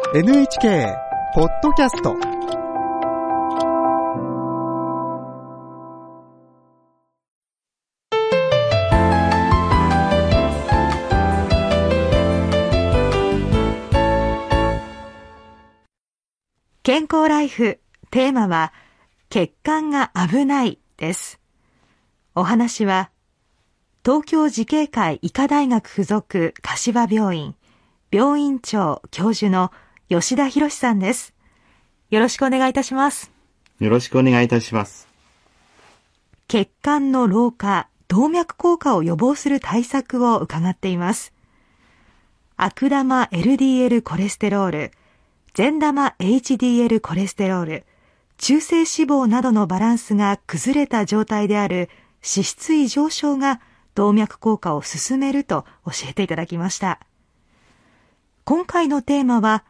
NHK ポッドキャスト。 健康ライフ、テーマは血管が危ないです。お話は東京慈恵会医科大学附属柏病院病院長教授の吉田博さんです。よろしくお願いいたします。 よろしくお願いいたします。 血管の老化、動脈硬化を予防する対策を伺っています。悪玉 LDL コレステロール、善玉 HDL コレステロール、中性脂肪などのバランスが崩れた状態である脂質異常症が動脈硬化を進めると教えていただきました。今回のテーマは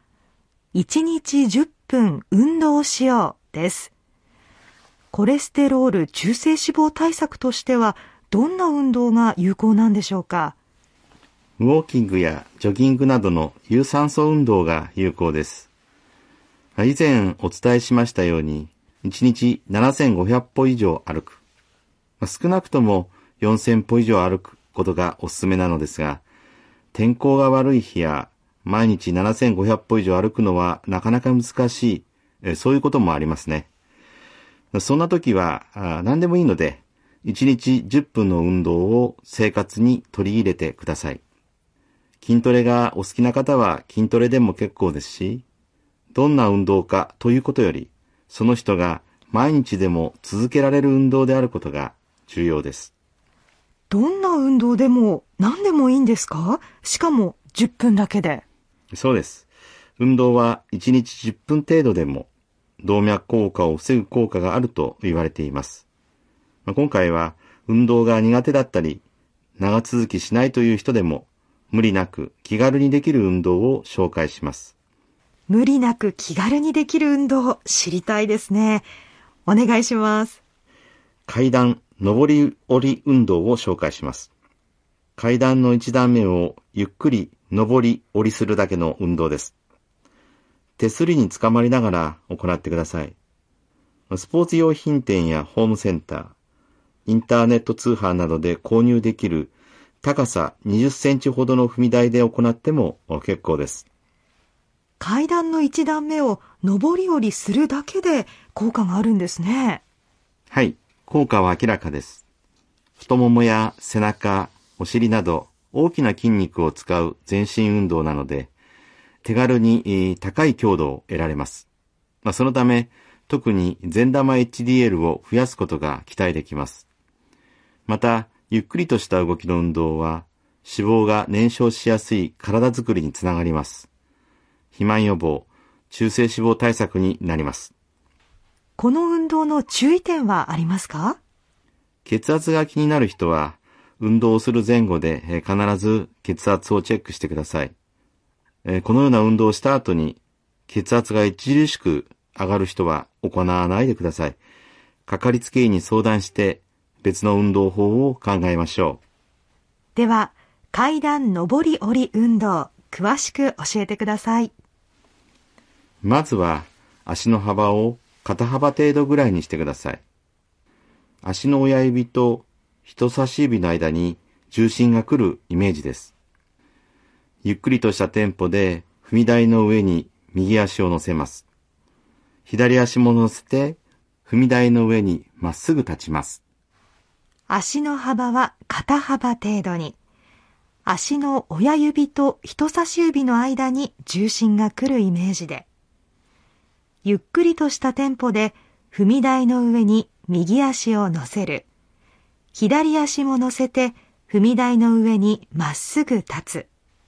1日10分運動をしようです。コレステロール中性脂肪対策としてはどんな運動が有効なんでしょうか？ ウォーキングやジョギングなどの有酸素運動が有効です。以前お伝えしましたように1日7500歩以上歩く、少なくとも4000歩以上歩くことがおすすめなのですが、天候が悪い日や毎日7500歩以上歩くのはなかなか難しい、そういうこともありますね。そんな時は何でもいいので1日10分の運動を生活に取り入れてください。筋トレがお好きな方は筋トレでも結構ですし、どんな運動かということより、その人が毎日でも続けられる運動であることが重要です。 どんな運動でも何でもいいんですか？しかも10分だけで。 そうです。運動は1日10分程度でも動脈硬化を防ぐ効果があると言われています。今回は運動が苦手だったり、長続きしないという人でも無理なく気軽にできる運動を紹介します。 無理なく気軽にできる運動、知りたいですね。お願いします。 階段上り下り運動を紹介します。階段の一段目をゆっくり上り下りするだけの運動です。手すりにつかまりながら行ってください。スポーツ用品店やホームセンター、インターネット通販などで購入できる高さ20センチほどの踏み台で行っても結構です。 階段の一段目を上り下りするだけで効果があるんですね。 はい、効果は明らかです。太ももや背中、お尻など大きな筋肉を使う全身運動なので、手軽に高い強度を得られます。そのため、特に善玉 HDL を増やすことが期待できます。また、ゆっくりとした動きの運動は、脂肪が燃焼しやすい体づくりにつながります。肥満予防、中性脂肪対策になります。 この運動の注意点はありますか？ 血圧が気になる人は、運動をする前後で必ず血圧をチェックしてください。このような運動をした後に血圧が著しく上がる人は行わないでください。かかりつけ医に相談して別の運動法を考えましょう。では、階段上り下り運動、詳しく教えてください。 まずは足の幅を肩幅程度ぐらいにしてください。足の親指と人差し指の間に重心が来るイメージです。ゆっくりとしたテンポで踏み台の上に右足を乗せます。左足も乗せて踏み台の上にまっすぐ立ちます。 足の幅は肩幅程度に。足の親指と人差し指の間に重心が来るイメージで。ゆっくりとしたテンポで踏み台の上に右足を乗せる。左足も乗せて踏み台の上にまっすぐ立つ。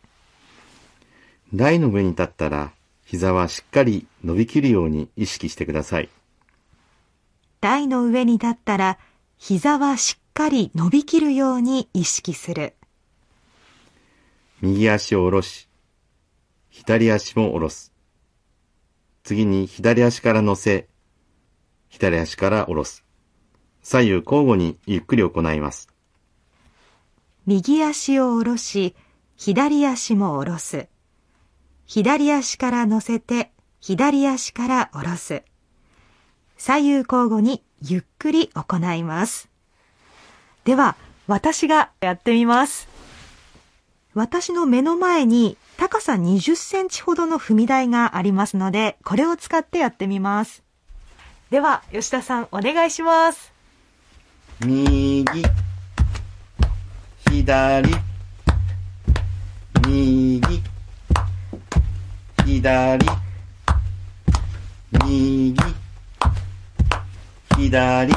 台の上に立ったら膝はしっかり伸びきるように意識してください。 台の上に立ったら膝はしっかり伸びきるように意識する。 右足を下ろし、左足も下ろす。次に左足から乗せ、左足から下ろす。左右交互にゆっくり行います。 右足を下ろし、左足も下ろす。 左足から乗せて、左足から下ろす。左右交互にゆっくり行います。では、私がやってみます。私の目の前に高さ20センチほどの踏み台がありますので、これを使ってやってみます。では、吉田さん、お願いします。 右、左、右、左、右、左。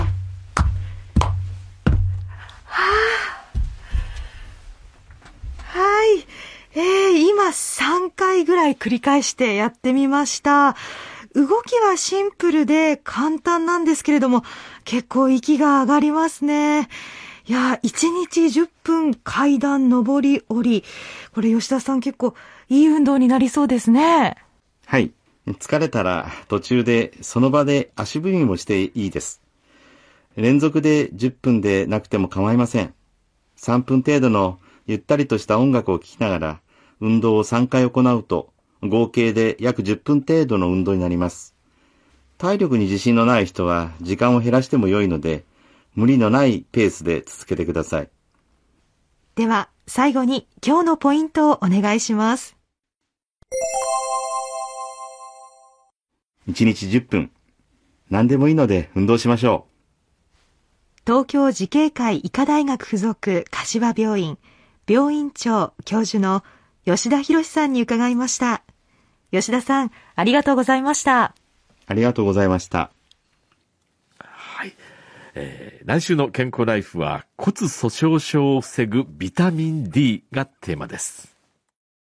はい。今3回ぐらい繰り返してやってみました。動きはシンプルで簡単なんですけれども、結構息が上がりますね。いや、1日10分階段上り下り。これ吉田さん結構いい運動になりそうですね。 はい。疲れたら途中でその場で足踏みもしていいです。連続で10分でなくても構いません。3分程度のゆったりとした音楽を聴きながら運動を3回行うと合計で約10分程度の運動になります。体力に自信のない人は時間を減らしても良いので無理のないペースで続けてください。 では最後に今日のポイントをお願いします。 1日10分。何でもいいので運動しましょう。 東京慈恵会医科大学附属柏病院病院長教授の吉田博さんに伺いました。吉田さん、ありがとうございました。 ありがとうございました。 はい。来週の健康ライフは骨粗鬆症を防ぐビタミン D がテーマです。